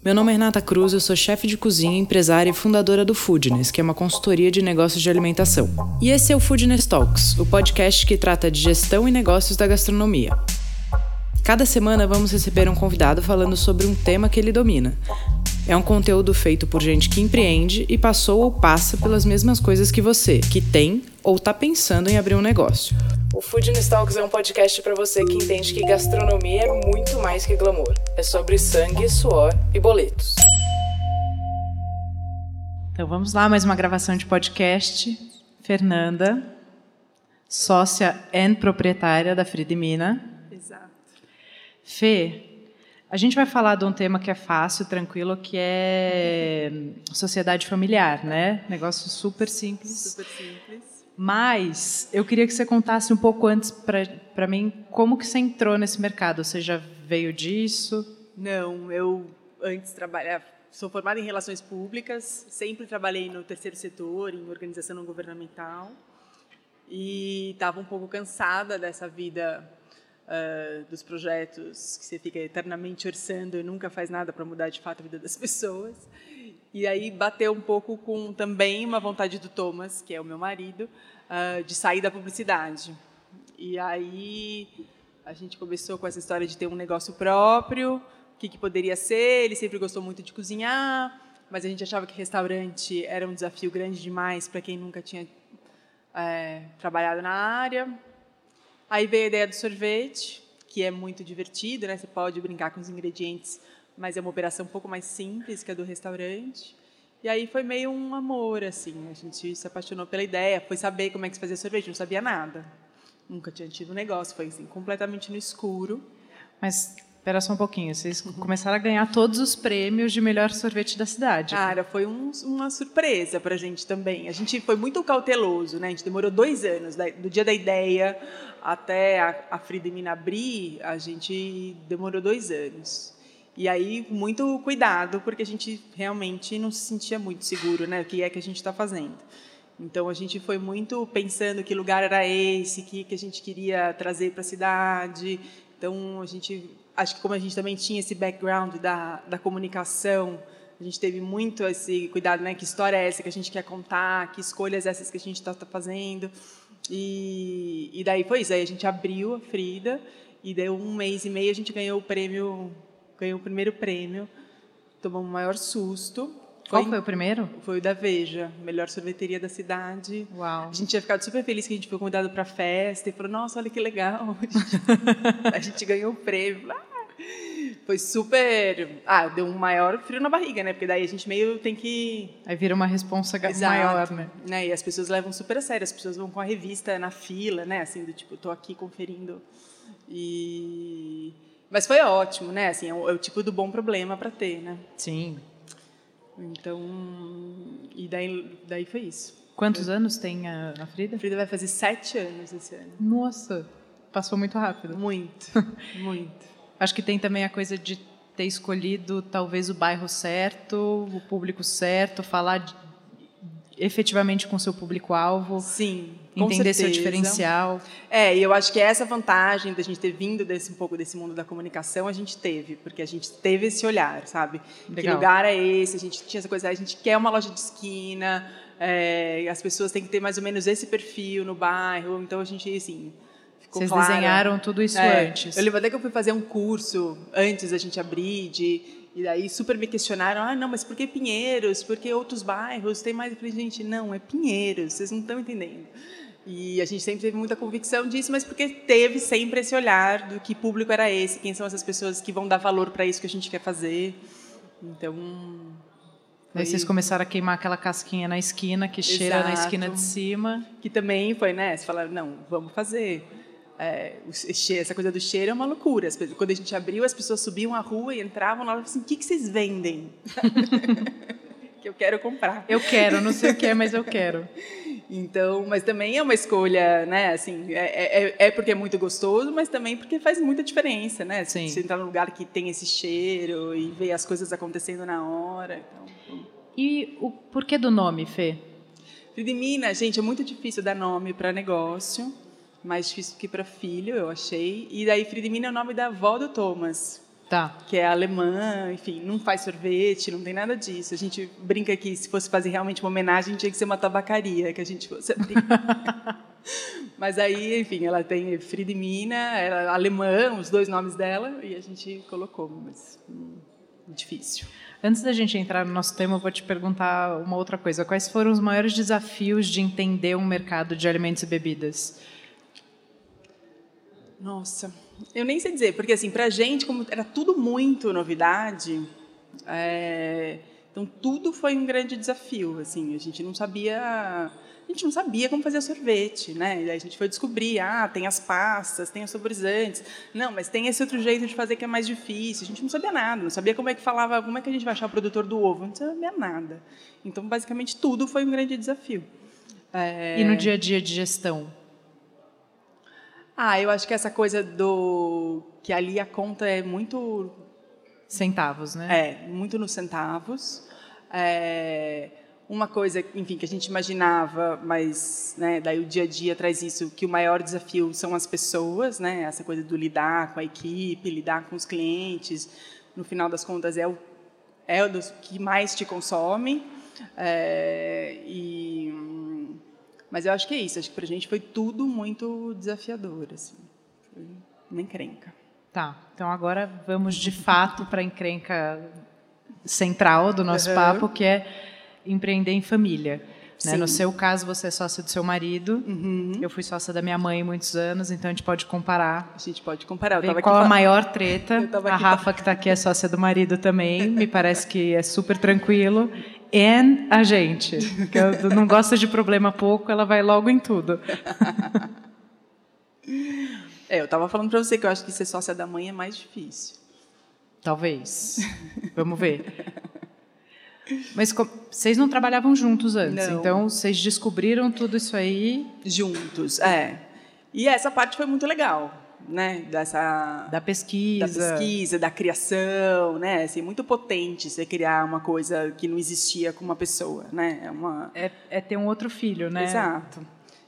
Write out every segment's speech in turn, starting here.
Meu nome é Renata Cruz, eu sou chefe de cozinha, empresária e fundadora do Foodness, que é uma consultoria de negócios de alimentação. E esse é o Foodness Talks, o podcast que trata de gestão e negócios da gastronomia. Cada semana vamos receber um convidado falando sobre um tema que ele domina. É um conteúdo feito por gente que empreende e passou ou passa pelas mesmas coisas que você, que tem ou está pensando em abrir um negócio. O Foodness Talks é um podcast para você que entende que gastronomia é muito mais que glamour. É sobre sangue, suor e boletos. Então vamos lá, mais uma gravação de podcast. Fernanda, sócia e proprietária da Fridimina. Exato. Fê, a gente vai falar de um tema que é fácil, tranquilo, que é sociedade familiar, né? Negócio super simples. Super simples. Mas eu queria que você contasse um pouco antes para mim como que você entrou nesse mercado. Você já veio disso? Não, eu antes trabalhava, sou formada em relações públicas, sempre trabalhei no terceiro setor, em organização não governamental, e estava um pouco cansada dessa vida dos projetos que você fica eternamente orçando e nunca faz nada para mudar de fato a vida das pessoas. E aí bateu um pouco com também uma vontade do Thomas, que é o meu marido, de sair da publicidade. E aí a gente começou com essa história de ter um negócio próprio, o que poderia ser. Ele sempre gostou muito de cozinhar, mas a gente achava que restaurante era um desafio grande demais para quem nunca tinha trabalhado na área. Aí veio a ideia do sorvete, que é muito divertido, né? Você pode brincar com os ingredientes, mas é uma operação um pouco mais simples que a do restaurante. E aí foi meio um amor, assim. A gente se apaixonou pela ideia, foi saber como é que se fazia sorvete, não sabia nada. Nunca tinha tido um negócio, foi assim, completamente no escuro. Mas espera só um pouquinho, vocês começaram a ganhar todos os prêmios de melhor sorvete da cidade. Cara, foi uma surpresa para a gente também. A gente foi muito cauteloso, né? A gente demorou 2 anos, do dia da ideia até a Fridimina abrir, a gente demorou 2 anos. E aí, muito cuidado, porque a gente realmente não se sentia muito seguro, né? O que é que a gente está fazendo. Então, a gente foi muito pensando que lugar era esse, que a gente queria trazer para a cidade. Então, acho que como a gente também tinha esse background da comunicação, a gente teve muito esse cuidado, né? Que história é essa que a gente quer contar, que escolhas essas que a gente está fazendo. E daí foi isso. Aí a gente abriu a Frida e deu 1 mês e meio a gente ganhou o primeiro prêmio. Tomamos o maior susto. Qual foi o primeiro? Foi o da Veja, melhor sorveteria da cidade. Uau. A gente tinha ficado super feliz que a gente foi convidado para a festa e falou, nossa, olha que legal. A gente ganhou o prêmio. Foi super... deu um maior frio na barriga, né? Porque daí a gente meio tem que... Aí vira uma responsa maior, né? E as pessoas levam super a sério. As pessoas vão com a revista na fila, né? Assim, do tipo, tô aqui conferindo. Mas foi ótimo, né? Assim, é o tipo do bom problema para ter, né? Sim. Então, e daí foi isso. Quantos anos tem a Frida? A Frida vai fazer 7 anos esse ano. Nossa, passou muito rápido. Muito, muito. Acho que tem também a coisa de ter escolhido talvez o bairro certo, o público certo, falar efetivamente com o seu público-alvo. Sim, entender seu diferencial. E eu acho que essa vantagem da gente ter vindo um pouco desse mundo da comunicação, a gente teve, porque a gente teve esse olhar, sabe? Legal. Que lugar é esse? A gente tinha essa coisa, a gente quer uma loja de esquina, as pessoas têm que ter mais ou menos esse perfil no bairro, então a gente, assim... Vocês desenharam tudo isso antes. Eu lembro até que eu fui fazer um curso antes da gente abrir, e daí super me questionaram, não, mas por que Pinheiros? Por que outros bairros? Tem mais? Eu falei, gente, não, é Pinheiros, vocês não estão entendendo. E a gente sempre teve muita convicção disso, mas porque teve sempre esse olhar do que público era esse, quem são essas pessoas que vão dar valor para isso que a gente quer fazer. Então... Aí vocês começaram a queimar aquela casquinha na esquina, que cheira na esquina de cima. Que também foi, né? Vocês falaram, não, vamos fazer... essa coisa do cheiro é uma loucura. Quando a gente abriu, as pessoas subiam a rua e entravam lá e falavam assim, o que vocês vendem? Que eu quero comprar. Eu quero, não sei o que é, mas eu quero. Então, mas também é uma escolha, né? Assim, é porque é muito gostoso, mas também porque faz muita diferença, né? Sim. Você entrar num lugar que tem esse cheiro e ver as coisas acontecendo na hora. Então... E o porquê do nome, Fê? Fridimina, gente, é muito difícil dar nome para negócio. Mais difícil que para filho, eu achei. E daí Fridimina é o nome da avó do Thomas. Tá. Que é alemã, enfim, não faz sorvete, não tem nada disso. A gente brinca que se fosse fazer realmente uma homenagem, tinha que ser uma tabacaria, que a gente fosse abrir. Mas aí, enfim, ela tem Frida e Mina, ela é alemã, os 2 nomes dela, e a gente colocou, mas difícil. Antes da gente entrar no nosso tema, eu vou te perguntar uma outra coisa. Quais foram os maiores desafios de entender um mercado de alimentos e bebidas? Nossa, eu nem sei dizer, porque assim, pra gente, como era tudo muito novidade, então tudo foi um grande desafio, assim, a gente não sabia como fazer sorvete, né? E aí a gente foi descobrir, tem as pastas, tem os saborizantes, não, mas tem esse outro jeito de fazer que é mais difícil. A gente não sabia nada, não sabia como é que a gente vai achar o produtor do ovo, não sabia nada. Então, basicamente, tudo foi um grande desafio. E no dia a dia de gestão? Eu acho que essa coisa que ali a conta é muito... Centavos, né? Muito nos centavos. Uma coisa, enfim, que a gente imaginava, mas, né, daí o dia a dia traz isso, que o maior desafio são as pessoas, né? Essa coisa do lidar com a equipe, lidar com os clientes. No final das contas, é o que mais te consome. Mas eu acho que é isso. Acho que para a gente foi tudo muito desafiador, assim. Foi uma encrenca. Tá. Então agora vamos de fato para a encrenca central do nosso papo, que é empreender em família. Né? No seu caso, você é sócia do seu marido. Eu fui sócia da minha mãe muitos anos, então a gente pode comparar. A gente pode comparar. Qual a maior treta? A Rafa, que está aqui, é sócia do marido também. Me parece que é super tranquilo. E a gente, que eu não gosta de problema pouco, ela vai logo em tudo. Eu estava falando para você que eu acho que ser sócia da mãe é mais difícil. Talvez. Vamos ver. Mas vocês não trabalhavam juntos antes, não. Então vocês descobriram tudo isso aí... Juntos, E essa parte foi muito legal, né? Da pesquisa, da criação, né? Assim, muito potente você criar uma coisa que não existia com uma pessoa, né? É ter um outro filho, né? Exato.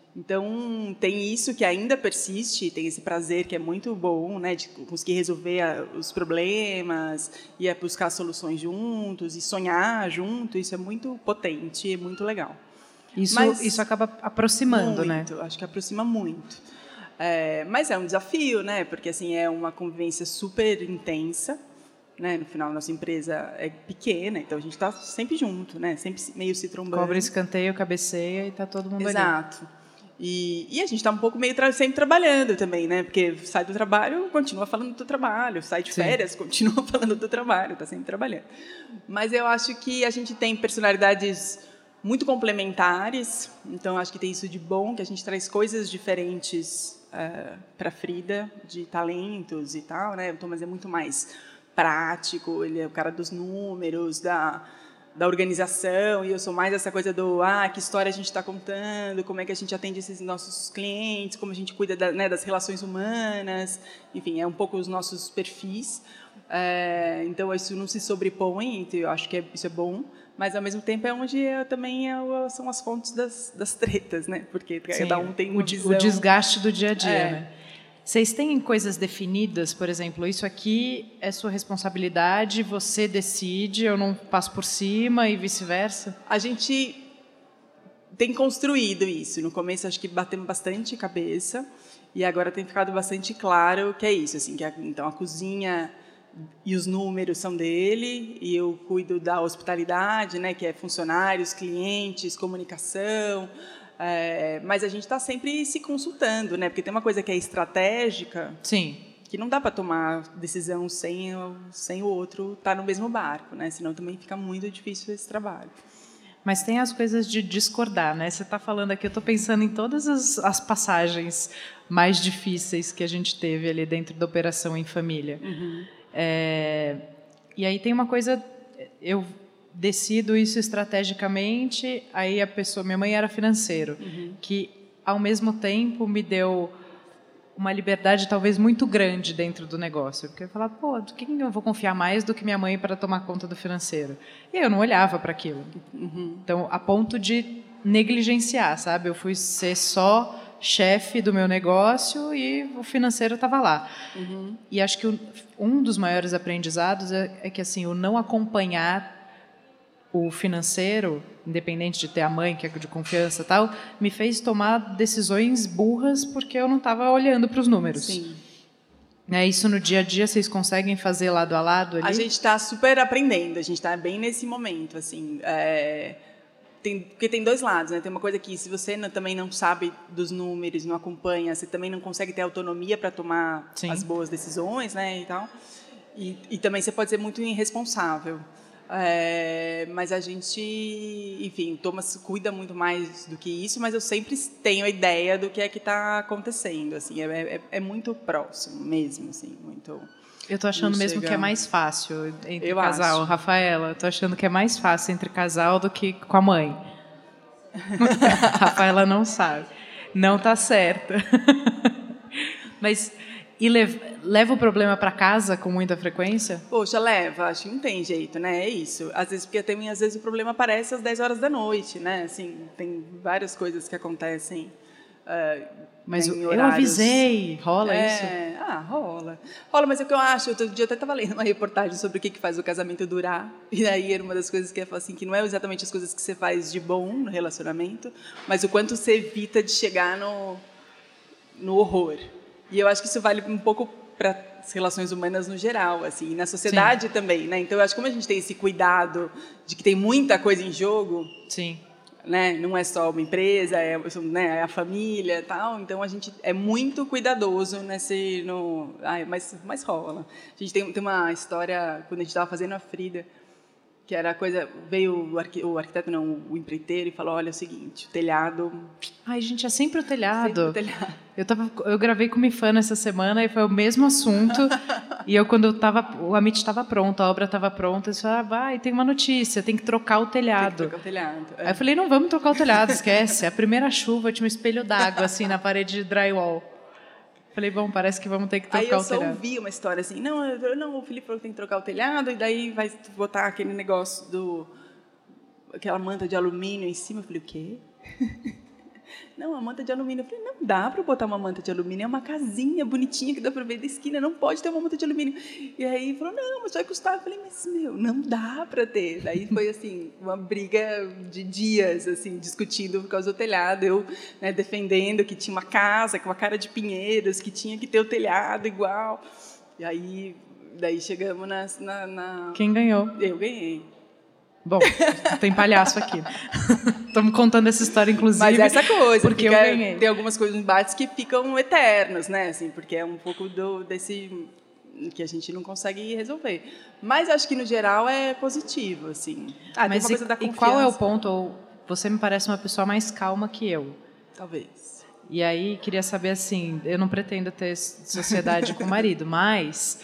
Então, tem isso que ainda persiste, tem esse prazer que é muito bom, né, de conseguir resolver os problemas, e buscar soluções juntos, e sonhar junto, isso é muito potente, é muito legal. Isso acaba aproximando, muito, né? Acho que aproxima muito. Mas é um desafio, né, porque assim, é uma convivência super intensa, né? No final, nossa empresa é pequena, então a gente está sempre junto, né? Sempre meio se trombando. Cobra escanteio, cabeceia e está todo mundo ali. Exato. E a gente está um pouco meio sempre trabalhando também, né? Porque sai do trabalho, continua falando do trabalho, sai de férias, continua falando do trabalho, está sempre trabalhando. Mas eu acho que a gente tem personalidades muito complementares, então acho que tem isso de bom, que a gente traz coisas diferentes para a Frida, de talentos e tal, né? O Thomas é muito mais prático, ele é o cara dos números, da organização, e eu sou mais essa coisa que história a gente está contando, como é que a gente atende esses nossos clientes, como a gente cuida das relações humanas, enfim, é um pouco os nossos perfis. Então, isso não se sobrepõe, então eu acho que isso é bom, mas, ao mesmo tempo, é onde também são as fontes das tretas, né? Porque cada um tem uma visão... O desgaste do dia a dia, né? Vocês têm coisas definidas, por exemplo, isso aqui é sua responsabilidade, você decide, eu não passo por cima e vice-versa? A gente tem construído isso. No começo, acho que batemos bastante cabeça e agora tem ficado bastante claro que é isso. Assim, então, a cozinha e os números são dele e eu cuido da hospitalidade, né, que é funcionários, clientes, comunicação... mas a gente está sempre se consultando, né? Porque tem uma coisa que é estratégica, sim, que não dá para tomar decisão sem o outro estar no mesmo barco, né? Senão também fica muito difícil esse trabalho. Mas tem as coisas de discordar, né? Você está falando aqui, eu estou pensando em todas as passagens mais difíceis que a gente teve ali dentro da operação em família. E aí tem uma coisa, eu decido isso estrategicamente, aí minha mãe era financeiro, que ao mesmo tempo me deu uma liberdade talvez muito grande dentro do negócio, porque eu falava, de quem eu vou confiar mais do que minha mãe para tomar conta do financeiro? E eu não olhava para aquilo. Então, a ponto de negligenciar, sabe? Eu fui ser só chefe do meu negócio e o financeiro estava lá. E acho que um dos maiores aprendizados é que assim, o não acompanhar o financeiro, independente de ter a mãe que é de confiança e tal, me fez tomar decisões burras porque eu não estava olhando para os números. Sim. Isso no dia a dia vocês conseguem fazer lado a lado ali? A gente está super aprendendo, a gente está bem nesse momento, assim, porque tem dois lados, né? Tem uma coisa que se você também não sabe dos números, não acompanha, você também não consegue ter autonomia para tomar as boas decisões, né, e tal. E também você pode ser muito irresponsável. Mas a gente, enfim, cuida muito mais do que isso, mas eu sempre tenho a ideia do que é que está acontecendo, assim, é muito próximo mesmo, assim, muito. Eu tô achando mesmo que é mais fácil entre casal, acho. Rafaela, eu tô achando que é mais fácil entre casal do que com a mãe. Rafaela não sabe, não tá certa. Mas leva o problema para casa com muita frequência? Poxa, leva, acho que não tem jeito, né? É isso. Às vezes, porque também às vezes o problema aparece às 10 horas da noite, né? Assim, tem várias coisas que acontecem. Mas eu avisei, rola isso? Rola. Rola, mas é o que eu acho, outro dia eu até estava lendo uma reportagem sobre o que faz o casamento durar, e aí era uma das coisas que eu falo assim, que não é exatamente as coisas que você faz de bom no relacionamento, mas o quanto você evita de chegar no horror. E eu acho que isso vale um pouco para as relações humanas no geral, assim, e na sociedade também, né? Então, eu acho que como a gente tem esse cuidado de que tem muita coisa em jogo, né? Não é só uma empresa, é a família, tal. Então, a gente é muito cuidadoso mas rola. A gente tem uma história quando a gente estava fazendo a Frida, que era a coisa, veio o arquiteto, não, o empreiteiro, e falou, olha, é o seguinte, o telhado... Ai, gente, é sempre o telhado. Sempre o telhado. Eu gravei com o Mifano essa semana e foi o mesmo assunto. E o Amit estava pronto, a obra estava pronta. Eles falaram, tem uma notícia, tem que trocar o telhado. Tem que trocar o telhado. Aí eu falei, não vamos trocar o telhado, esquece. A primeira chuva tinha um espelho d'água, assim, na parede de drywall. Falei, bom, parece que vamos ter que trocar o telhado. Aí eu só ouvi uma história assim, não, o Felipe falou que tem que trocar o telhado, e daí vai botar aquele negócio aquela manta de alumínio em cima. Eu falei, o quê? Não, a manta de alumínio. Eu falei, não dá para botar uma manta de alumínio, é uma casinha bonitinha que dá para ver da esquina, não pode ter uma manta de alumínio. E aí falou, não, mas vai custar. Eu falei, mas não dá para ter. Daí foi assim, uma briga de dias, assim, discutindo por causa do telhado, eu, né, defendendo que tinha uma casa com a cara de pinheiros, que tinha que ter o telhado igual. E aí, daí chegamos na... Quem ganhou? Eu ganhei. Bom, tem palhaço aqui. Estamos contando essa história, inclusive. Mas essa coisa, porque eu ganhei. Tem algumas coisas, embates que ficam eternos, né? Assim, porque é um pouco desse que a gente não consegue resolver. Mas acho que no geral é positivo, assim. Mas tem uma coisa da confiança. E qual é o ponto? Você me parece uma pessoa mais calma que eu. Talvez. E aí queria saber assim, eu não pretendo ter sociedade com o marido, mas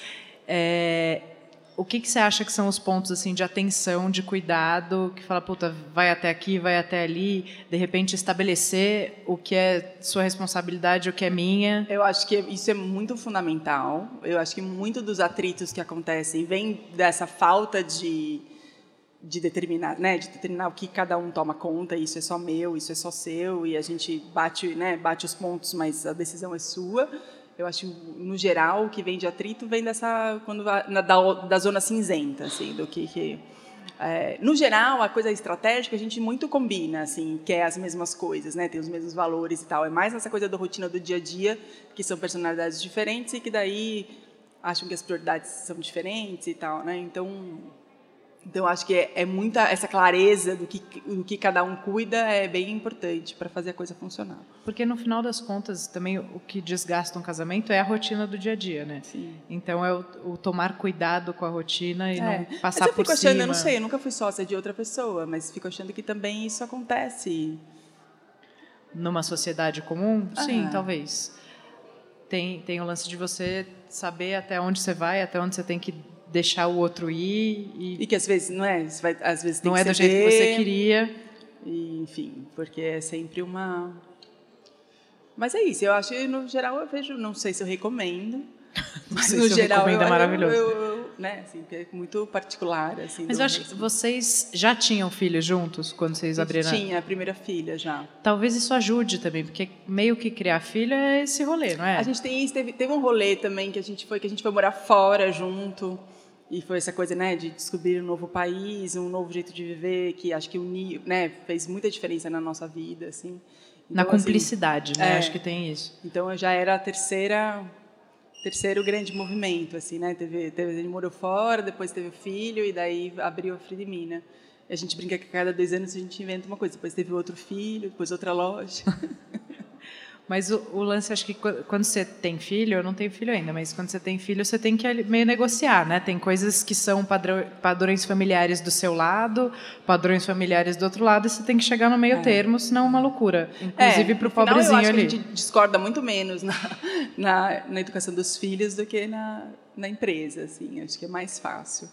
o que você acha que são os pontos assim de atenção, de cuidado, que fala, puta, vai até aqui, vai até ali, de repente estabelecer o que é sua responsabilidade, o que é minha? Eu acho que isso é muito fundamental. Eu acho que muito dos atritos que acontecem vem dessa falta de determinar, né, de determinar o que cada um toma conta, isso é só meu, isso é só seu, e a gente bate os pontos, mas a decisão é sua. Eu acho, no geral, o que vem de atrito vem da zona cinzenta, assim, do que no geral, a coisa estratégica a gente muito combina, assim, quer as mesmas coisas, né, tem os mesmos valores e tal. É mais essa coisa da rotina do dia a dia, que são personalidades diferentes e que daí acham que as prioridades são diferentes e tal, né? Então, acho que é muita essa clareza do que cada um cuida é bem importante para fazer a coisa funcionar. Porque, no final das contas, também o que desgasta um casamento é a rotina do dia a dia, né? Sim. Então, é o tomar cuidado com a rotina e não passar por cima. Mas eu fico achando, eu não sei, eu nunca fui sócia de outra pessoa, mas fico achando que também isso acontece. Numa sociedade comum? Sim, talvez. Tem o lance de você saber até onde você vai, até onde você tem que deixar o outro ir e que às vezes não é, às vezes tem não que é do jeito que você queria, e, enfim, porque é sempre uma. Mas é isso. Eu acho que no geral eu vejo, não sei se eu recomendo, mas no geral é maravilhoso. né, assim, é muito particular, assim. Mas eu acho que vocês já tinham filhos juntos quando vocês abriram? Tinha a primeira filha já. Talvez isso ajude também, porque meio que criar filho é esse rolê, não é? A gente tem isso, teve um rolê também que a gente foi morar fora junto. E foi essa coisa, né, de descobrir um novo país, um novo jeito de viver, que acho que uniu, né, fez muita diferença na nossa vida, assim. Então, na cumplicidade, né? Acho que tem isso. Então, já era terceiro grande movimento, assim, né? Ele morou fora, depois teve o filho, e daí abriu a Fridemina. A gente brinca que a cada 2 anos a gente inventa uma coisa. Depois teve outro filho, depois outra loja. Mas o lance, acho que quando você tem filho, eu não tenho filho ainda, mas quando você tem filho, você tem que meio negociar, né? Tem coisas que são padrões familiares do seu lado, padrões familiares do outro lado, e você tem que chegar no meio termo, senão é uma loucura. Inclusive para o pobrezinho ali. Eu acho que a gente discorda muito menos na educação dos filhos do que na empresa, assim. Acho que é mais fácil.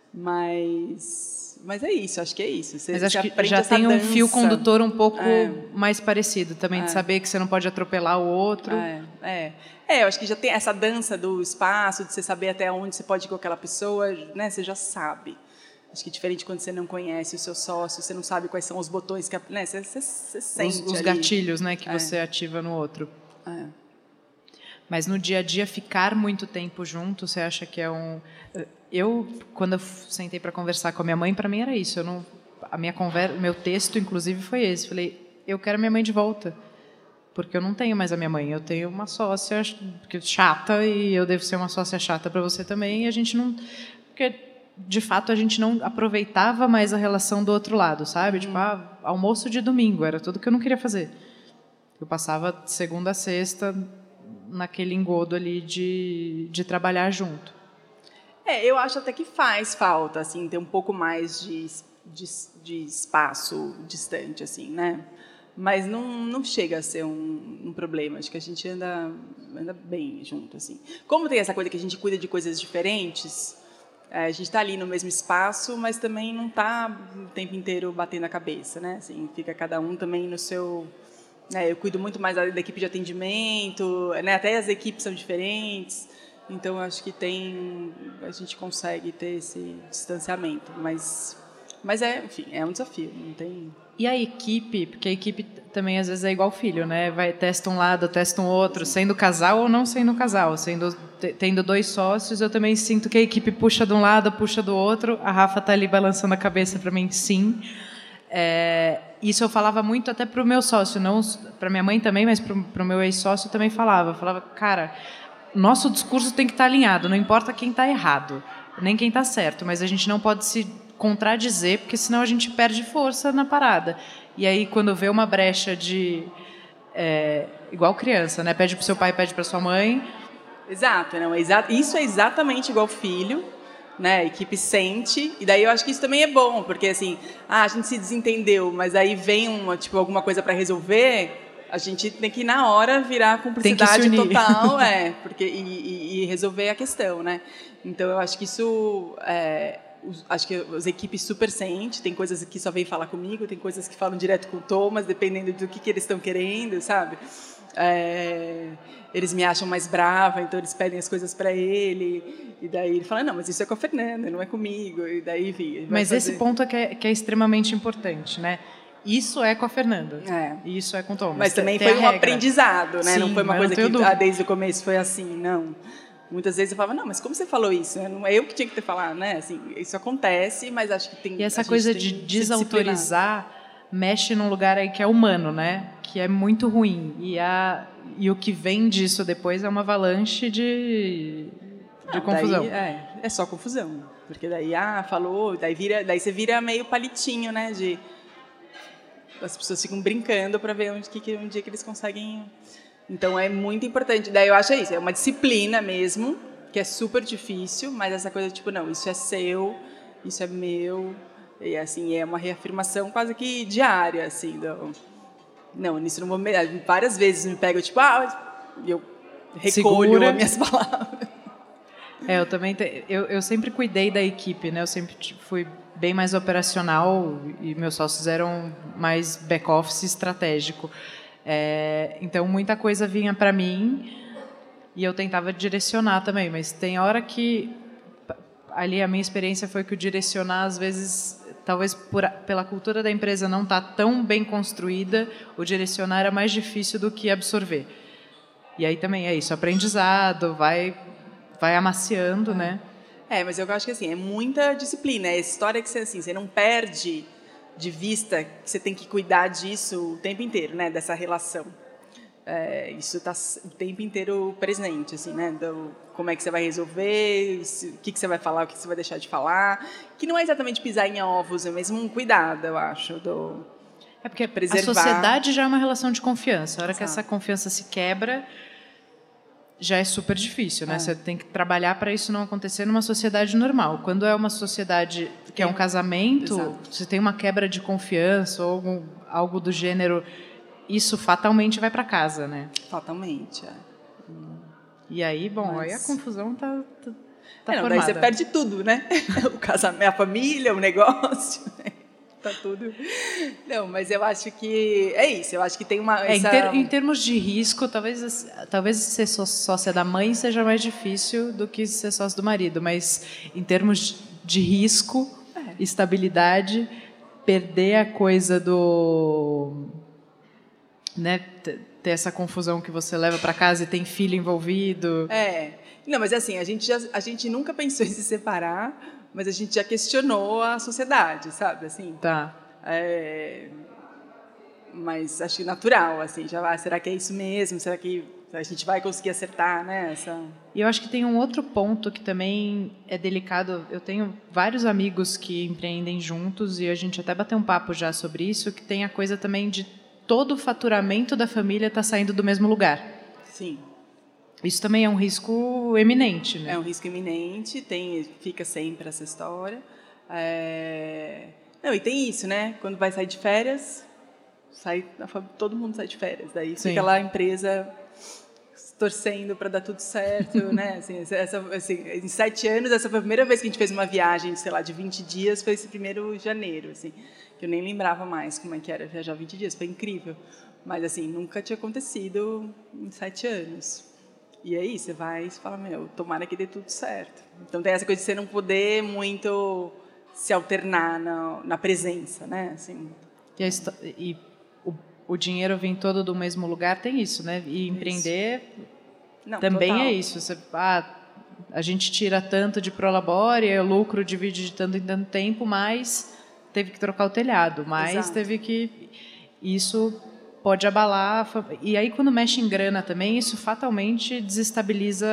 Mas é isso, acho que é isso. Mas acho que já tem um fio condutor um pouco mais parecido também, de saber que você não pode atropelar o outro. Eu acho que já tem essa dança do espaço, de você saber até onde você pode ir com aquela pessoa, né? Você já sabe. Acho que é diferente quando você não conhece o seu sócio, você não sabe quais são os botões que, né? Você sente os gatilhos, né, que você ativa no outro. Mas no dia a dia, ficar muito tempo junto, você acha que é um... quando eu sentei para conversar com a minha mãe, para mim era isso. Meu texto, inclusive, foi esse. Falei, eu quero minha mãe de volta, porque eu não tenho mais a minha mãe. Eu tenho uma sócia chata e eu devo ser uma sócia chata para você também. E a gente não... Porque, de fato, a gente não aproveitava mais a relação do outro lado, sabe? Tipo, almoço de domingo, era tudo que eu não queria fazer. Eu passava de segunda a sexta naquele engodo ali de trabalhar junto. Eu acho até que faz falta, assim, ter um pouco mais de espaço distante, assim, né? Mas não chega a ser um problema. Acho que a gente anda bem junto, assim. Como tem essa coisa que a gente cuida de coisas diferentes, a gente está ali no mesmo espaço, mas também não está o tempo inteiro batendo a cabeça, né? Assim, fica cada um também no seu... eu cuido muito mais da equipe de atendimento, né? Até as equipes são diferentes. Então, acho que a gente consegue ter esse distanciamento, mas enfim, é um desafio, não tem... E a equipe, porque a equipe também às vezes é igual filho, né? Testa um lado, testa um outro, sendo casal ou não sendo casal, tendo 2 sócios, eu também sinto que a equipe puxa de um lado, puxa do outro. A Rafa está ali balançando a cabeça para mim, sim. Isso eu falava muito até para o meu sócio, não para minha mãe também, mas para o meu ex-sócio também falava, cara, nosso discurso tem que estar alinhado, não importa quem está errado, nem quem está certo, mas a gente não pode se contradizer, porque senão a gente perde força na parada. E aí, quando vê uma brecha igual criança, né? Pede para o seu pai, pede para sua mãe. Exato, não, isso é exatamente igual filho, né? A equipe sente, e daí eu acho que isso também é bom, porque assim, a gente se desentendeu, mas aí vem alguma coisa para resolver, a gente tem que na hora virar cumplicidade total, porque e resolver a questão, né? Então eu acho que isso acho que as equipes super sentem, tem coisas que só vêm falar comigo, tem coisas que falam direto com o Thomas, dependendo do que eles estão querendo, sabe? Eles me acham mais brava, então eles pedem as coisas para ele, e daí ele fala, não, mas isso é com a Fernanda, não é comigo, e daí enfim. Mas esse ponto é que é extremamente importante, né? Isso é com a Fernanda, isso é com o Thomas. Mas também foi um aprendizado, né? Sim, não foi uma coisa que desde o começo foi assim, não. Muitas vezes eu falava, não, mas como você falou isso? Não é eu que tinha que ter falado, né? Assim, isso acontece, mas acho que tem... E essa coisa de desautorizar mexe num lugar aí que é humano, né? Que é muito ruim. E o que vem disso depois é uma avalanche de confusão. Daí, é só confusão. Porque daí, falou, daí você vira meio palitinho, né? As pessoas ficam brincando para ver um dia que eles conseguem... Então, é muito importante. Daí eu acho isso, é uma disciplina mesmo, que é super difícil, mas essa coisa tipo, não, isso é seu, isso é meu, e assim, é uma reafirmação quase que diária, assim, não, nisso não vou... Várias vezes me pego, tipo, eu recolho as minhas palavras. Eu também, eu sempre cuidei da equipe, né, eu sempre fui bem mais operacional e meus sócios eram mais back-office estratégico. Então, muita coisa vinha para mim e eu tentava direcionar também, mas tem hora que ali a minha experiência foi que o direcionar, às vezes, talvez pela cultura da empresa não estar tão bem construída, o direcionar era mais difícil do que absorver. E aí também é isso, aprendizado, vai amaciando, né? Mas eu acho que assim, é muita disciplina. É história que você não perde de vista que você tem que cuidar disso o tempo inteiro, né? Dessa relação. Isso está o tempo inteiro presente, assim, né? Como é que você vai resolver, o que você vai falar, o que você vai deixar de falar. Que não é exatamente pisar em ovos, é mesmo um cuidado, eu acho, É porque preservar. A sociedade já é uma relação de confiança. A hora que essa confiança se quebra, já é super difícil, né? Você tem que trabalhar para isso não acontecer numa sociedade normal. Quando é uma sociedade que é um casamento, você tem uma quebra de confiança ou algo do gênero, isso fatalmente vai para casa, né? Fatalmente, E aí, aí a confusão tá formada. Daí você perde tudo, né? O casamento, a família, o negócio, né? Tá tudo. Não, mas eu acho que é isso. Eu acho que tem uma. Em termos de risco, talvez ser sócia da mãe seja mais difícil do que ser sócia do marido. Mas em termos de risco, estabilidade, perder a coisa do, né, ter essa confusão que você leva para casa e tem filho envolvido. Não, mas assim, a gente nunca pensou em se separar. Mas a gente já questionou a sociedade, sabe? Assim, tá. Mas acho que natural, assim, será que é isso mesmo? Será que a gente vai conseguir acertar, né? E eu acho que tem um outro ponto que também é delicado. Eu tenho vários amigos que empreendem juntos e a gente até bateu um papo já sobre isso, que tem a coisa também de todo o faturamento da família estar saindo do mesmo lugar. Sim. Isso também é um risco eminente, né? É um risco eminente, fica sempre essa história. Não, e tem isso, né? Quando vai sair de férias, todo mundo sai de férias. Daí fica lá a empresa torcendo para dar tudo certo, né? Assim, em 7 anos, essa foi a primeira vez que a gente fez uma viagem, sei lá, de 20 dias, foi esse 1º de janeiro, assim, que eu nem lembrava mais como é que era viajar 20 dias, foi incrível. Mas, assim, nunca tinha acontecido em 7 anos. E aí você vai e fala, tomara que dê tudo certo. Então tem essa coisa de você não poder muito se alternar na presença, né? Assim. E o dinheiro vem todo do mesmo lugar, tem isso, né? E empreender também total. É isso. A gente tira tanto de Prolabore, o lucro divide de tanto em tanto tempo, mas teve que trocar o telhado, mas teve que... Isso pode abalar, e aí quando mexe em grana também, isso fatalmente desestabiliza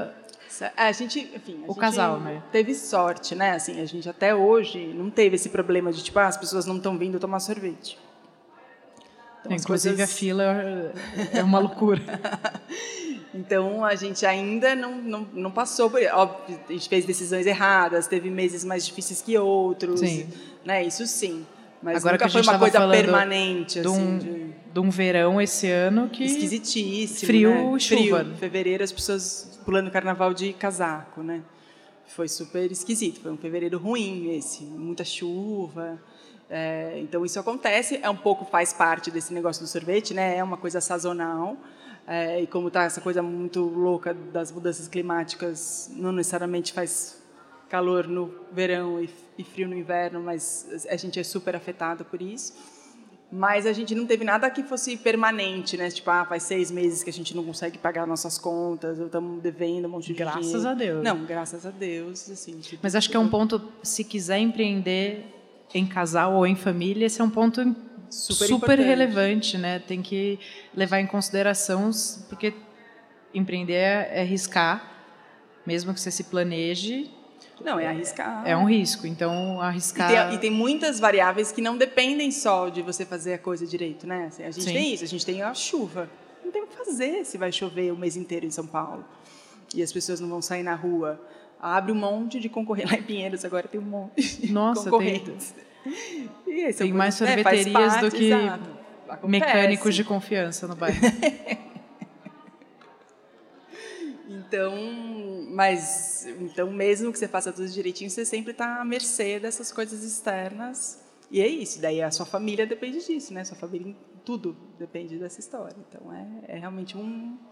o casal, né? Teve sorte, né? Assim, a gente até hoje não teve esse problema de as pessoas não estão vindo tomar sorvete. Então, inclusive a fila é uma loucura. Então a gente ainda não passou por, óbvio, a gente fez decisões erradas, teve meses mais difíceis que outros, né? Isso sim. Mas agora nunca foi uma coisa permanente, de um verão esse ano que... Esquisitíssimo, frio, né? Chuva. Em fevereiro, as pessoas pulando carnaval de casaco, né? Foi super esquisito. Foi um fevereiro ruim esse, muita chuva. Então, isso acontece. Faz parte desse negócio do sorvete, né? É uma coisa sazonal. E como está essa coisa muito louca das mudanças climáticas, não necessariamente faz calor no verão e frio no inverno, mas a gente é super afetado por isso. Mas a gente não teve nada que fosse permanente, né? Faz 6 meses que a gente não consegue pagar nossas contas, ou estamos devendo um monte de dinheiro. Graças a Deus. Não, graças a Deus. Assim, mas acho que é um ponto, se quiser empreender em casal ou em família, esse é um ponto super relevante, né? Tem que levar em consideração, porque empreender é arriscar, mesmo que você se planeje. Não, é arriscar. É um risco, então arriscar... E tem muitas variáveis que não dependem só de você fazer a coisa direito, né? Assim, a gente tem isso, a gente tem a chuva. Não tem o que fazer se vai chover o mês inteiro em São Paulo e as pessoas não vão sair na rua. Abre um monte de concorrentes. Lá em Pinheiros agora tem um monte de concorrentes. Tem mais sorveterias do que mecânicos de confiança no bairro. Então, mesmo que você faça tudo direitinho, você sempre está à mercê dessas coisas externas. E é isso. Daí a sua família depende disso, né? Sua família, tudo depende dessa história. Então, é realmente uma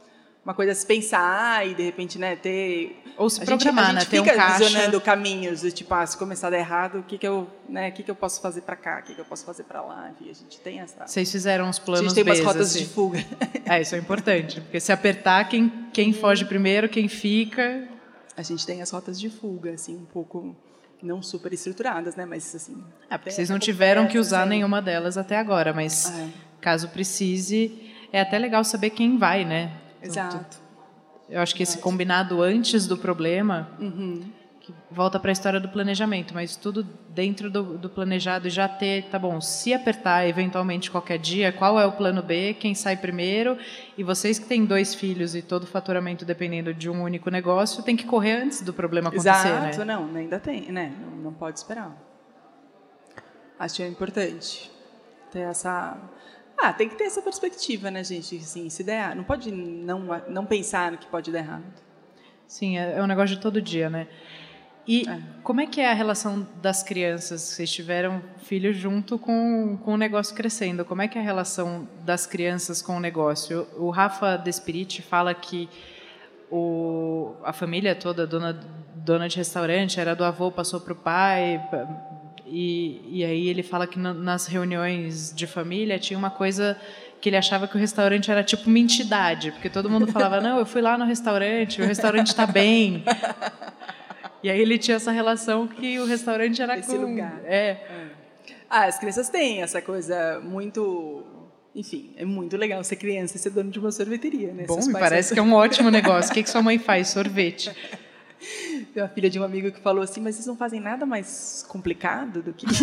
uma coisa a se pensar e, de repente, né, ter... Ou se programar, né? Ter um caixa. A gente fica visionando caminhos, tipo, se começar a dar errado, o que eu posso fazer para cá, o que eu posso fazer para lá. Enfim, a gente tem essa... Vocês fizeram uns planos A gente tem umas rotas assim. de fuga. Isso é importante, porque se apertar, quem foge primeiro, quem fica... A gente tem as rotas de fuga, assim, um pouco... Não super estruturadas, né? Mas, assim... Porque vocês não tiveram que usar nenhuma delas até agora, mas caso precise, é até legal saber quem vai, né? Exato. Eu acho que esse combinado antes do problema, que volta para a história do planejamento, mas tudo dentro do planejado e já ter, tá bom, se apertar eventualmente qualquer dia, qual é o plano B, quem sai primeiro, e vocês que têm 2 filhos e todo o faturamento dependendo de um único negócio, tem que correr antes do problema acontecer, né? Exato, não, ainda tem, né? Não pode esperar. Acho que é importante ter essa... tem que ter essa perspectiva, né, gente? Assim, se der, não pode não pensar no que pode dar errado. Sim, é um negócio de todo dia, né? E como é que é a relação das crianças? Vocês tiveram filhos junto com o negócio crescendo. Como é que é a relação das crianças com o negócio? O Rafa Despiriti fala que a família toda, dona de restaurante, era do avô, passou para o pai... E aí ele fala que nas reuniões de família tinha uma coisa que ele achava que o restaurante era tipo uma entidade, porque todo mundo falava, não, eu fui lá no restaurante, o restaurante está bem. E aí ele tinha essa relação que o restaurante era esse lugar. As crianças têm essa coisa muito... Enfim, é muito legal ser criança e ser dono de uma sorveteria, né? Bom, me parece que é um ótimo negócio. O que sua mãe faz? Sorvete. Tem uma filha de um amigo que falou assim, mas vocês não fazem nada mais complicado do que isso?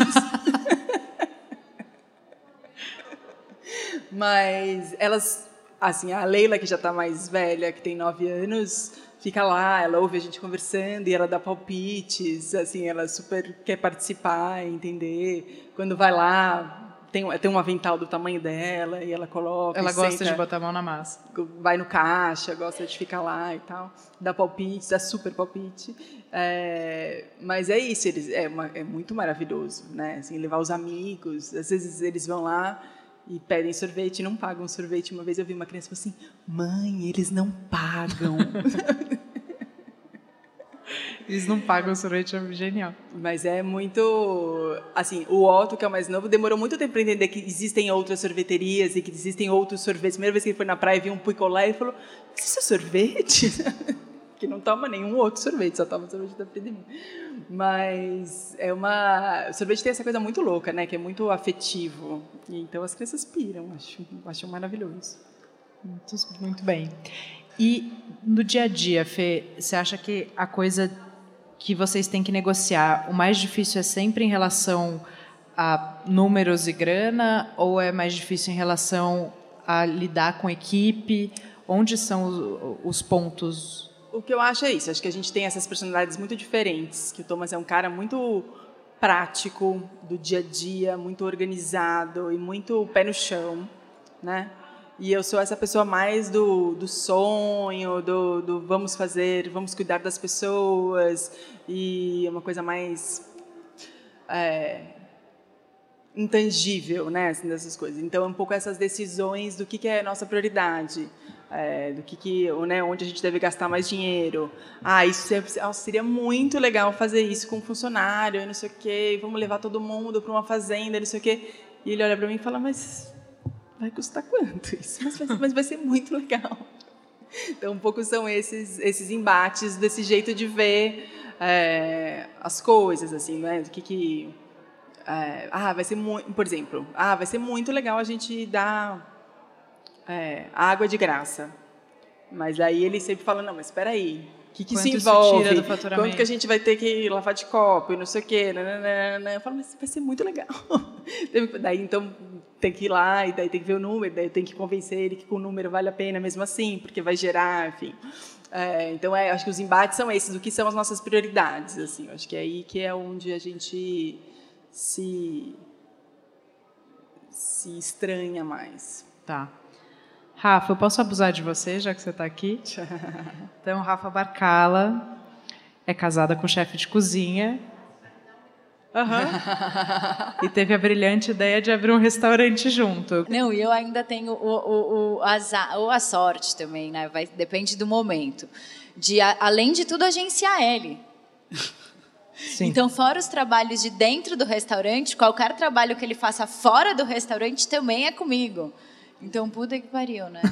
Mas elas, assim, a Leila, que já está mais velha, que tem 9 anos, fica lá, ela ouve a gente conversando e ela dá palpites, assim, ela super quer participar, entender. Quando vai lá, tem um avental do tamanho dela e ela coloca. Ela gosta de botar a mão na massa. Vai no caixa, gosta de ficar lá e tal, dá palpite, dá super palpite. Mas é isso, é muito maravilhoso, né? Assim, levar os amigos, às vezes eles vão lá e pedem sorvete e não pagam sorvete. Uma vez eu vi uma criança e falou assim, mãe, eles não pagam. Eles não pagam o sorvete, é genial. Mas é muito... Assim, o Otto, que é o mais novo, demorou muito tempo para entender que existem outras sorveterias e que existem outros sorvetes. A primeira vez que ele foi na praia e viu um picolé, ele falou, isso é sorvete? Que não toma nenhum outro sorvete, só toma sorvete da Pedrinha. Mas o sorvete tem essa coisa muito louca, né? Que é muito afetivo. E então as crianças piram, acho maravilhoso. Muito bem. E no dia a dia, Fê, você acha que a coisa que vocês têm que negociar, o mais difícil é sempre em relação a números e grana, ou é mais difícil em relação a lidar com equipe? Onde são os pontos? O que eu acho é isso. Acho que a gente tem essas personalidades muito diferentes, que o Thomas é um cara muito prático, do dia a dia, muito organizado e muito pé no chão, né? E eu sou essa pessoa mais do sonho, do vamos fazer, vamos cuidar das pessoas, e é uma coisa mais intangível, né, assim, dessas coisas. Então, é um pouco essas decisões do que é a nossa prioridade, né, onde a gente deve gastar mais dinheiro. Isso seria muito legal fazer isso com um funcionário, não sei o quê, vamos levar todo mundo para uma fazenda, não sei o quê. E ele olha para mim e fala, mas... vai custar quanto isso? Mas vai ser muito legal. Então, um pouco são esses embates, desse jeito de ver as coisas, assim, né? Do que vai ser muito, por exemplo, vai ser muito legal a gente dar água de graça. Mas aí ele sempre fala, não, mas espera aí, o que isso envolve? Tira do faturamento? Quanto que a gente vai ter que lavar de copo e não sei o quê? Eu falo, mas vai ser muito legal. Daí, então, tem que ir lá, e daí tem que ver o número, daí tem que convencer ele que com o número vale a pena mesmo assim, porque vai gerar, enfim. Então, acho que os embates são esses, o que são as nossas prioridades. Assim, acho que é aí que é onde a gente se estranha mais. Tá. Rafa, eu posso abusar de você, já que você está aqui? Então, Rafa Barcala é casada com chefe de cozinha. E teve a brilhante ideia de abrir um restaurante junto. Não, e eu ainda tenho o azar, ou a sorte também, né? Depende do momento. De, além de tudo, agenciar ele. Sim. Então, fora os trabalhos de dentro do restaurante, qualquer trabalho que ele faça fora do restaurante também é comigo. Então, puta que pariu, né?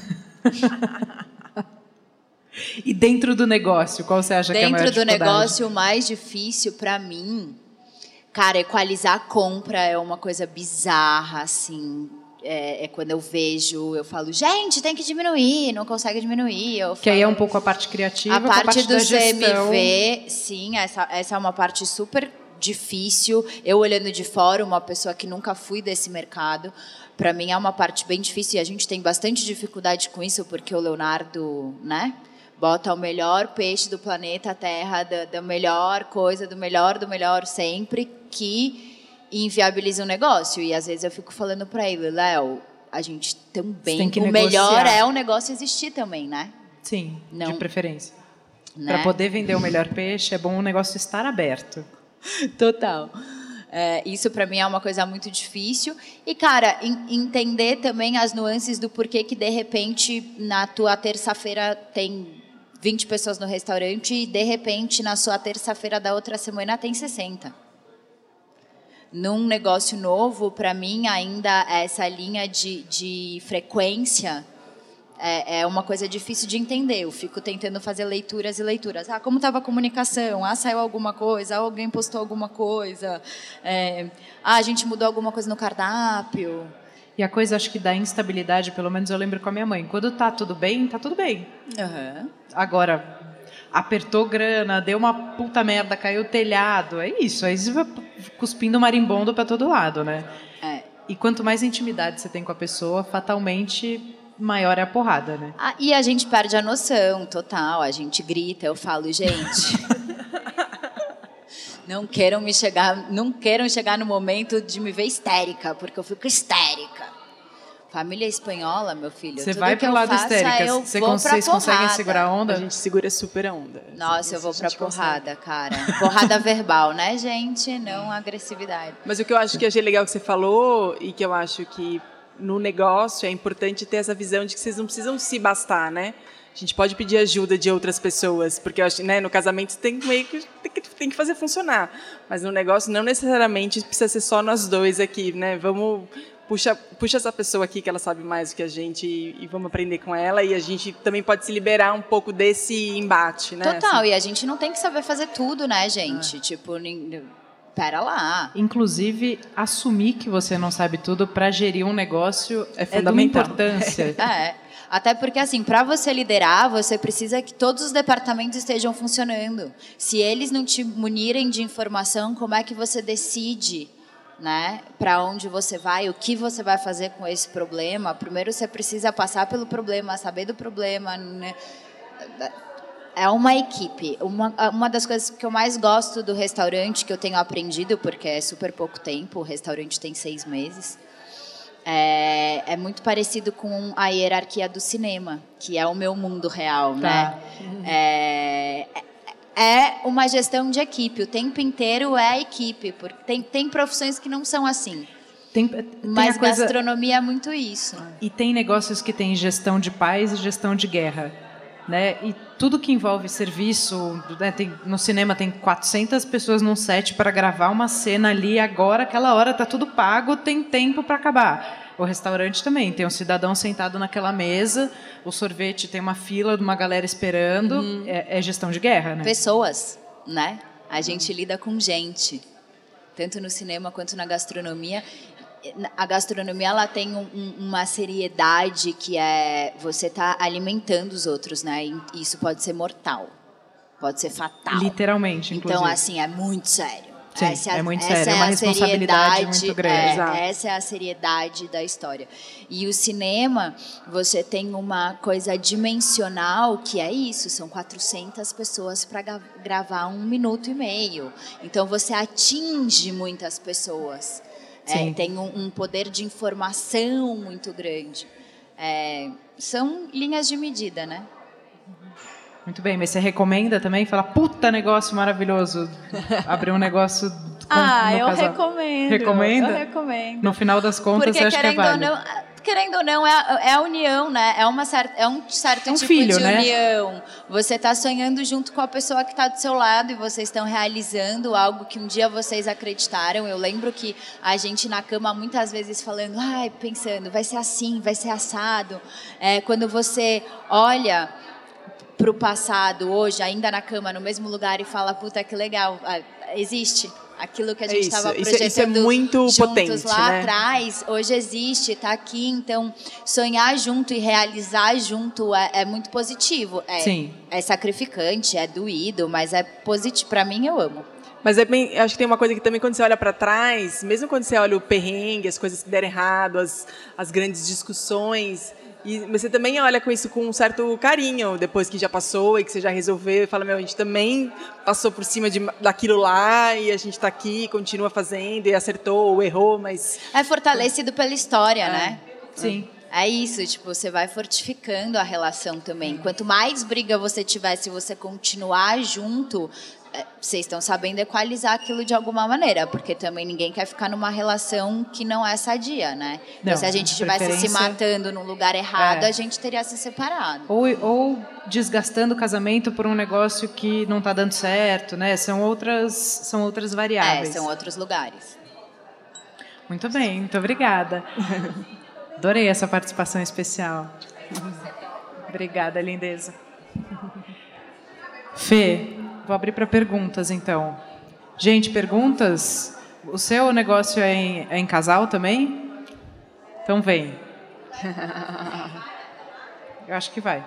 E dentro do negócio, qual você acha que é a maior dificuldade? Dentro do negócio, o mais difícil para mim, cara, equalizar a compra é uma coisa bizarra, assim. É quando eu vejo, eu falo, gente, tem que diminuir, não consegue diminuir. Que aí é um pouco a parte criativa, a parte do da gestão. CMV, sim, essa é uma parte super difícil. Eu olhando de fora, uma pessoa que nunca fui desse mercado, para mim é uma parte bem difícil e a gente tem bastante dificuldade com isso, porque o Leonardo, né, bota o melhor peixe do planeta Terra, da melhor coisa, do melhor sempre, que inviabiliza o negócio. E às vezes eu fico falando para ele, Léo, a gente também, o melhor é o negócio existir também, né? Sim, não, de preferência. Né? Para poder vender o melhor peixe, é bom o negócio estar aberto. Total. Isso para mim é uma coisa muito difícil. E, cara, entender também as nuances do porquê que, de repente, na tua terça-feira tem 20 pessoas no restaurante e, de repente, na sua terça-feira da outra semana tem 60. Num negócio novo, para mim, ainda essa linha de frequência é uma coisa difícil de entender. Eu fico tentando fazer leituras e leituras. Como estava a comunicação? Saiu alguma coisa? Alguém postou alguma coisa? A gente mudou alguma coisa no cardápio? E a coisa, acho que da instabilidade, pelo menos eu lembro com a minha mãe. Quando tá tudo bem, tá tudo bem. Uhum. Agora, apertou grana, deu uma puta merda, caiu o telhado. É isso, aí você vai cuspindo marimbondo para todo lado, né? E quanto mais intimidade você tem com a pessoa, fatalmente maior é a porrada, né? E a gente perde a noção, total. A gente grita, eu falo, gente... Não queiram chegar no momento de me ver histérica, porque eu fico histérica. Família espanhola, meu filho. Você vai pro lado histérica. Vocês conseguem segurar a onda? A gente segura super a onda. Nossa, eu vou pra porrada, cara. Porrada verbal, né, gente? Não agressividade. Mas o que eu acho que achei legal que você falou e que eu acho que no negócio é importante ter essa visão de que vocês não precisam se bastar, né? A gente pode pedir ajuda de outras pessoas, porque eu acho, né, no casamento você tem que fazer funcionar. Mas no negócio não necessariamente precisa ser só nós dois aqui, né? Vamos puxa essa pessoa aqui que ela sabe mais do que a gente e vamos aprender com ela, e a gente também pode se liberar um pouco desse embate, né? Total, assim. E a gente não tem que saber fazer tudo, né, gente? Tipo, pera lá. Inclusive, assumir que você não sabe tudo para gerir um negócio é fundamental. De importância. Até porque, assim, para você liderar, você precisa que todos os departamentos estejam funcionando. Se eles não te munirem de informação, como é que você decide, né, para onde você vai, o que você vai fazer com esse problema? Primeiro você precisa passar pelo problema, saber do problema, né? É uma equipe. Uma das coisas que eu mais gosto do restaurante, que eu tenho aprendido, porque é super pouco tempo, o restaurante tem 6 meses, é muito parecido com a hierarquia do cinema, que é o meu mundo real, né? É uma gestão de equipe, o tempo inteiro é a equipe, porque tem profissões que não são assim. Mas gastronomia é muito isso. E tem negócios que tem gestão de paz e gestão de guerra, né? E tudo que envolve serviço, né? No cinema tem 400 pessoas num set para gravar uma cena ali, agora, aquela hora, tá tudo pago, tem tempo para acabar. O restaurante também, tem um cidadão sentado naquela mesa, o sorvete tem uma fila de uma galera esperando, é gestão de guerra, né? Pessoas, né? A gente lida com gente, tanto no cinema quanto na gastronomia. A gastronomia, ela tem uma seriedade que você tá alimentando os outros, né? E isso pode ser mortal, pode ser fatal. Literalmente, inclusive. Então, assim, é muito sério. Sim, é muito sério, é uma responsabilidade muito grande. Essa é a seriedade da história. E o cinema, você tem uma coisa dimensional, que é isso, são 400 pessoas para gravar 1 minuto e meio. Então, você atinge muitas pessoas. Tem um poder de informação muito grande. São linhas de medida, né? Muito bem, mas você recomenda também? Fala, puta negócio maravilhoso, abrir um negócio Eu recomendo. Recomenda? Eu recomendo. No final das contas, porque, você acha que é válido? Querendo ou não, é a união, né? É um certo tipo filho, de né? união. Você está sonhando junto com a pessoa que está do seu lado e vocês estão realizando algo que um dia vocês acreditaram. Eu lembro que a gente na cama muitas vezes falando, pensando, vai ser assim, vai ser assado. Quando você olha para o passado hoje, ainda na cama, no mesmo lugar e fala, puta, que legal, existe. Aquilo que a gente estava projetando isso é muito juntos potente, lá né? atrás, hoje existe, está aqui. Então, sonhar junto e realizar junto é muito positivo. Sim. É sacrificante, é doído, mas é positivo. Para mim, eu amo. Mas eu acho que tem uma coisa que também, quando você olha para trás, mesmo quando você olha o perrengue, as coisas que deram errado, as grandes discussões, e você também olha com isso com um certo carinho, depois que já passou e que você já resolveu, e fala, a gente também passou por cima daquilo lá, e a gente está aqui, continua fazendo, e acertou ou errou, mas... É fortalecido pela história, né? Sim. É isso, tipo, você vai fortificando a relação também. Quanto mais briga você tiver, se você continuar junto, vocês estão sabendo equalizar aquilo de alguma maneira, porque também ninguém quer ficar numa relação que não é sadia, né? Então, se a gente estivesse se matando num lugar errado, a gente teria se separado. Ou desgastando o casamento por um negócio que não está dando certo, né? São outras variáveis. São outros lugares. Muito bem, muito obrigada. Adorei essa participação especial. Obrigada, lindeza. Fê, vou abrir para perguntas, então. Gente, perguntas? O seu negócio é em casal também? Então vem. Eu acho que vai.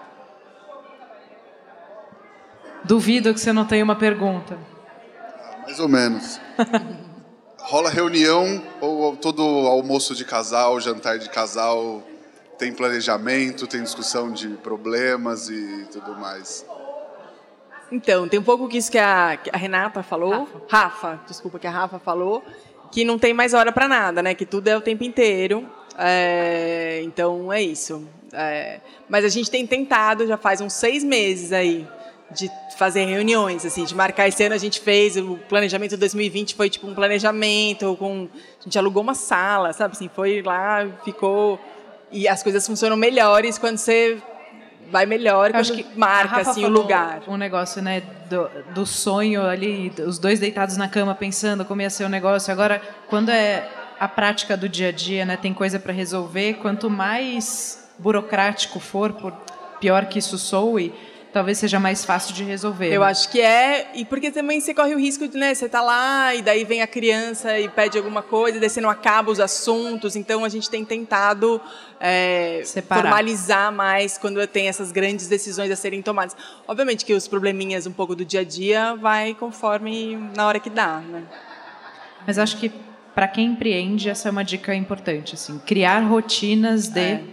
Duvido que você não tenha uma pergunta. Mais ou menos. Rola reunião ou todo almoço de casal, jantar de casal, tem planejamento, tem discussão de problemas e tudo mais? Então, tem um pouco que isso que a Renata falou, Rafa, que a Rafa falou, que não tem mais hora para nada, né? Que tudo é o tempo inteiro. Então, é isso. Mas a gente tem tentado, já faz uns 6 meses aí, de fazer reuniões, assim, de marcar. Esse ano a gente fez, o planejamento de 2020 foi tipo um planejamento, a gente alugou uma sala, sabe? Assim, foi lá, ficou... E as coisas funcionam melhores quando você... vai melhor quando que marca assim, o lugar. Um negócio, né, do sonho ali, os dois deitados na cama pensando como ia ser o negócio. Agora, quando é a prática do dia a dia, né, tem coisa para resolver, quanto mais burocrático for, por pior que isso soe, talvez seja mais fácil de resolver. Eu acho que é, e porque também você corre o risco de, né, você tá lá e daí vem a criança e pede alguma coisa, daí você não acaba os assuntos, então a gente tem tentado formalizar mais quando tem essas grandes decisões a serem tomadas. Obviamente que os probleminhas um pouco do dia a dia vai conforme na hora que dá, né? Mas acho que para quem empreende essa é uma dica importante, assim, criar rotinas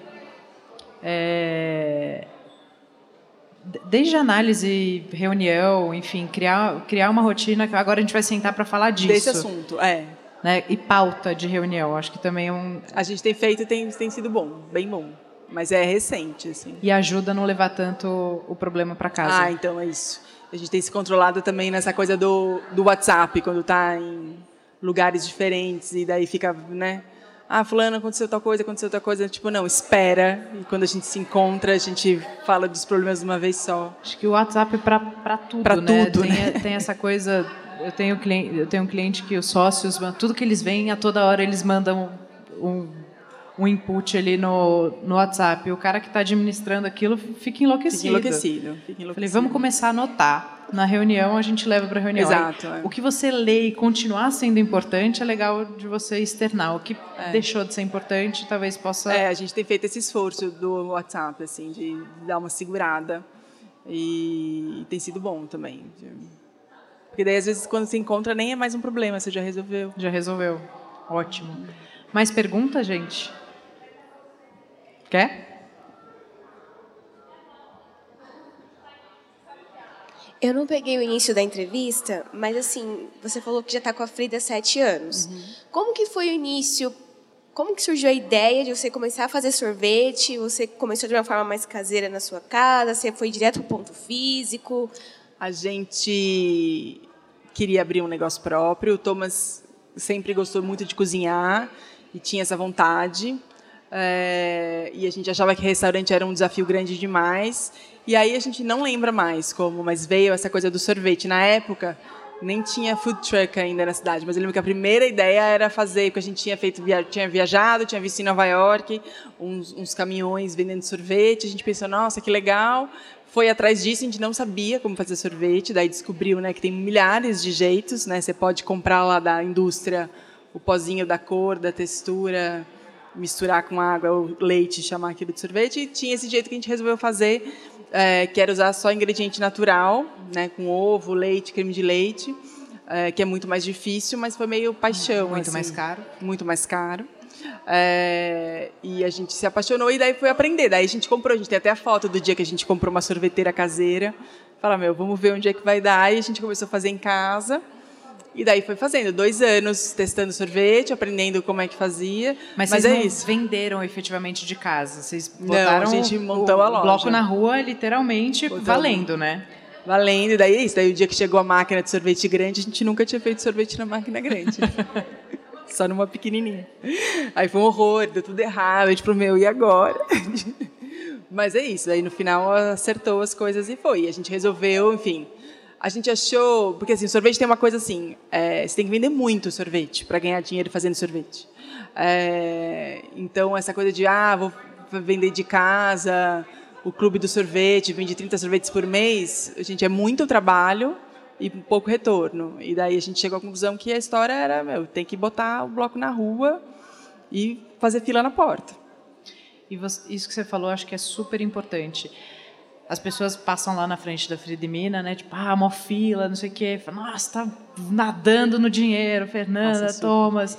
desde análise, reunião, enfim, criar uma rotina que agora a gente vai sentar para falar disso. Desse assunto, né? E pauta de reunião, acho que também é um... A gente tem feito e tem sido bom, bem bom, mas é recente, assim. E ajuda a não levar tanto o problema para casa. Então é isso. A gente tem se controlado também nessa coisa do WhatsApp, quando está em lugares diferentes e daí fica, né? Fulano, aconteceu tal coisa. Tipo, não, espera. E quando a gente se encontra, a gente fala dos problemas de uma vez só. Acho que o WhatsApp é para tudo, pra né? Tudo, tem essa coisa... Eu tenho um cliente que os sócios, tudo que eles veem, a toda hora eles mandam um input ali no WhatsApp. O cara que está administrando aquilo fica enlouquecido. Falei, vamos começar a anotar. Na reunião, a gente leva para a reunião. Exato. O que você lê e continuar sendo importante é legal de você externar. O que deixou de ser importante, talvez possa... a gente tem feito esse esforço do WhatsApp, assim, de dar uma segurada. E tem sido bom também. Porque daí, às vezes, quando se encontra, nem é mais um problema, você já resolveu. Já resolveu. Ótimo. Mais perguntas, gente? Quer? Eu não peguei o início da entrevista, mas assim, você falou que já está com a Frida há 7 anos. Como que foi o início? Como que surgiu a ideia de você começar a fazer sorvete? Você começou de uma forma mais caseira na sua casa? Você foi direto para o ponto físico? A gente queria abrir um negócio próprio. O Thomas sempre gostou muito de cozinhar e tinha essa vontade. E a gente achava que restaurante era um desafio grande demais. E aí a gente não lembra mais como, mas veio essa coisa do sorvete. Na época, nem tinha food truck ainda na cidade, mas eu lembro que a primeira ideia era fazer, porque a gente tinha viajado, tinha visto em Nova York uns caminhões vendendo sorvete. A gente pensou, nossa, que legal. Foi atrás disso, a gente não sabia como fazer sorvete, daí descobriu, né, que tem milhares de jeitos, né? Você pode comprar lá da indústria o pozinho da cor, da textura, misturar com água ou leite, chamar aquilo de sorvete. E tinha esse jeito que a gente resolveu fazer, que era usar só ingrediente natural, né, com ovo, leite, creme de leite, que é muito mais difícil, mas foi meio paixão. Muito assim, mais caro. Muito mais caro. E a gente se apaixonou e daí foi aprender. Daí a gente comprou, a gente tem até a foto do dia que a gente comprou uma sorveteira caseira. Fala, vamos ver onde é que vai dar. E a gente começou a fazer em casa. E daí foi fazendo 2 anos testando sorvete, aprendendo como é que fazia. Mas é vocês não isso. venderam efetivamente de casa? Vocês botaram a gente montou a loja. O bloco na rua, literalmente, valendo, né? Valendo, e daí é isso. Daí o dia que chegou a máquina de sorvete grande, a gente nunca tinha feito sorvete na máquina grande. Só numa pequenininha. Aí foi um horror, deu tudo errado. A gente falou, e agora? Mas é isso. Aí no final acertou as coisas e foi. A gente resolveu, enfim... A gente achou... Porque assim, o sorvete tem uma coisa assim... você tem que vender muito sorvete para ganhar dinheiro fazendo sorvete. Então, essa coisa de... vou vender de casa... O clube do sorvete vende 30 sorvetes por mês. A gente, é muito trabalho e pouco retorno. E daí a gente chegou à conclusão que a história era... tem que botar o bloco na rua e fazer fila na porta. E isso que você falou, acho que é super importante. As pessoas passam lá na frente da Frida e Mina, né? Tipo, mó fila, não sei o quê. Falam, nossa, tá nadando no dinheiro, Fernanda, Thomas.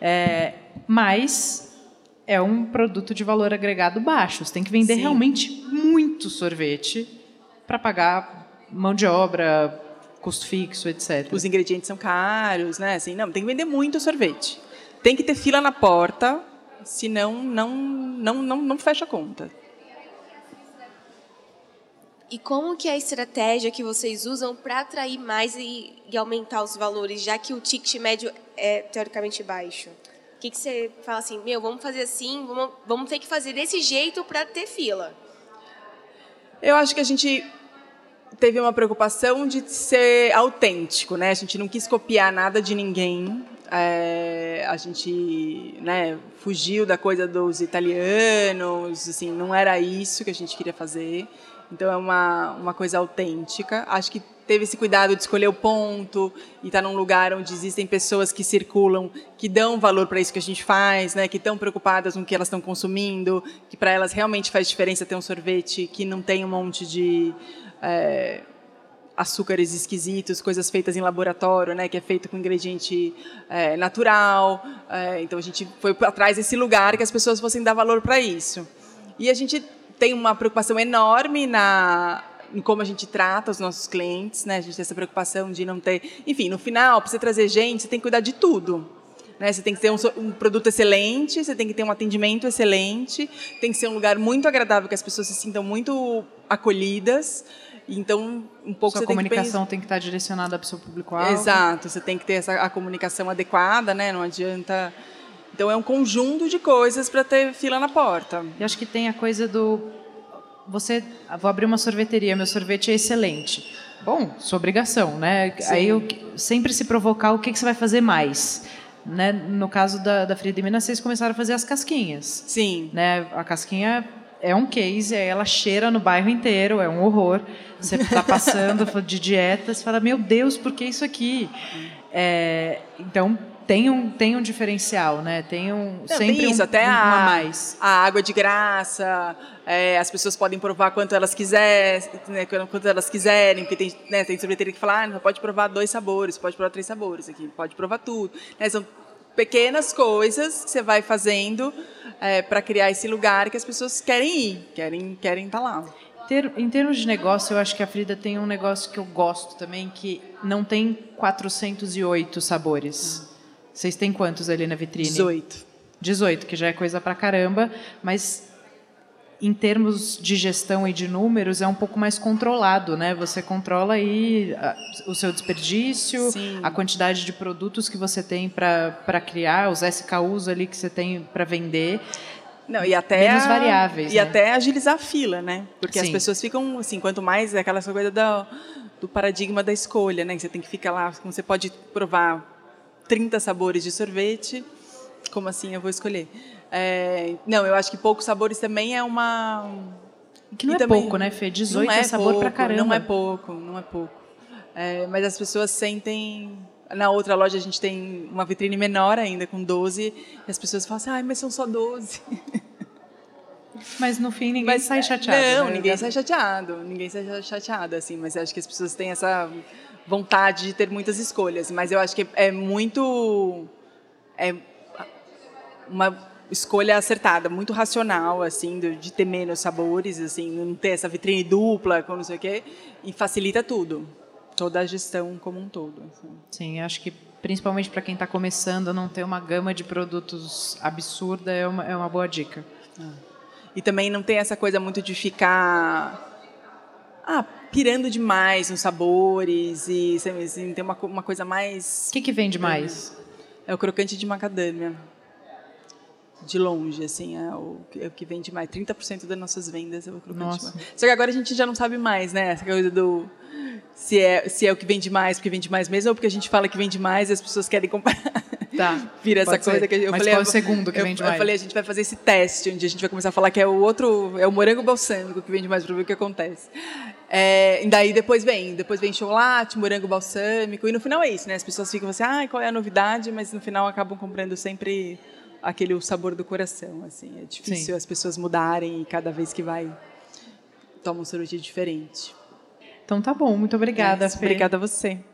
Mas é um produto de valor agregado baixo. Você tem que vender realmente muito sorvete para pagar mão de obra, custo fixo, etc. Os ingredientes são caros, né? Assim, não, tem que vender muito sorvete. Tem que ter fila na porta, senão não fecha a conta. E como que é a estratégia que vocês usam para atrair mais e aumentar os valores, já que o ticket médio é teoricamente baixo? O que você fala assim, vamos fazer assim, vamos ter que fazer desse jeito para ter fila? Eu acho que a gente teve uma preocupação de ser autêntico, né? A gente não quis copiar nada de ninguém. A gente, né, fugiu da coisa dos italianos, assim, não era isso que a gente queria fazer. Então, é uma coisa autêntica. Acho que teve esse cuidado de escolher o ponto e estar num lugar onde existem pessoas que circulam, que dão valor para isso que a gente faz, né? Que estão preocupadas com o que elas estão consumindo, que para elas realmente faz diferença ter um sorvete que não tem um monte de açúcares esquisitos, coisas feitas em laboratório, né? Que é feito com ingrediente natural. Então, a gente foi atrás desse lugar que as pessoas fossem dar valor para isso. E a gente tem uma preocupação enorme em como a gente trata os nossos clientes, né? A gente tem essa preocupação de não ter... Enfim, no final, para você trazer gente, você tem que cuidar de tudo. Né? Você tem que ter um produto excelente, você tem que ter um atendimento excelente, tem que ser um lugar muito agradável, que as pessoas se sintam muito acolhidas. Então, um pouco Sua comunicação tem que estar direcionada para o seu público-alvo. Exato, você tem que ter a comunicação adequada, né? Não adianta... Então, é um conjunto de coisas para ter fila na porta. Eu acho que tem a coisa do... Vou abrir uma sorveteria, meu sorvete é excelente. Bom, sua obrigação, né? Sim. Aí, sempre se provocar o que você vai fazer mais. Né? No caso da Frida e Mina, vocês começaram a fazer as casquinhas. Sim. Né? A casquinha é um case, ela cheira no bairro inteiro, é um horror. Você está passando de dieta, você fala, meu Deus, por que isso aqui? Então... Tem um diferencial, né? Sempre tem isso, até a mais. A água de graça, as pessoas podem provar quanto elas quiserem, né, porque tem sorveteria que fala, não pode provar 2 sabores, pode provar 3 sabores aqui, pode provar tudo. Né? São pequenas coisas que você vai fazendo para criar esse lugar que as pessoas querem ir, querem estar lá. Em termos de negócio, eu acho que a Frida tem um negócio que eu gosto também, que não tem 408 sabores. Vocês têm quantos ali na vitrine? 18. 18, que já é coisa pra caramba, mas em termos de gestão e de números, é um pouco mais controlado, né? Você controla aí o seu desperdício, Sim. a quantidade de produtos que você tem para criar, os SKUs ali que você tem para vender. Não, e até menos variáveis, e né? até agilizar a fila, né? Porque Sim. as pessoas ficam assim, quanto mais é aquela coisa do paradigma da escolha, né? Que você tem que ficar lá, como você pode provar 30 sabores de sorvete, como assim eu vou escolher? Não, eu acho que poucos sabores também é uma... Que não e é também, pouco, né, Fê? 18 não é sabor pra caramba. Não é pouco. Mas as pessoas sentem... Na outra loja a gente tem uma vitrine menor ainda, com 12, e as pessoas falam assim, mas são só 12. Mas no fim ninguém sai chateado. Não, né? ninguém sai chateado, assim, mas eu acho que as pessoas têm essa vontade de ter muitas escolhas, mas eu acho que é uma escolha acertada, muito racional, assim, de ter menos sabores, assim, não ter essa vitrine dupla, com não sei o quê, e facilita tudo, toda a gestão como um todo. Assim. Sim, acho que principalmente para quem está começando, não ter uma gama de produtos absurda é uma boa dica. E também não tem essa coisa muito de ficar pirando demais nos sabores e assim, tem uma coisa mais... O que vende mais? É o crocante de macadâmia. De longe, assim, é o que vende mais. 30% das nossas vendas é o crocante. Nossa. Só que agora a gente já não sabe mais, né? Essa coisa do... Se é o que vende mais, porque vende mais mesmo, ou porque a gente fala que vende mais e as pessoas querem comprar. Tá. Vira essa coisa ser. que eu Mas falei. Qual é o segundo que vende mais? Eu falei, a gente vai fazer esse teste, onde a gente vai começar a falar que é o morango balsâmico que vende mais, para ver o que acontece. E daí depois vem chocolate, morango balsâmico, e no final é isso, né? As pessoas ficam assim, qual é a novidade? Mas no final acabam comprando sempre o sabor do coração, assim. É difícil Sim. as pessoas mudarem e cada vez que vai toma um sorvete diferente. Então tá bom, muito obrigada, Fê. Obrigada a você.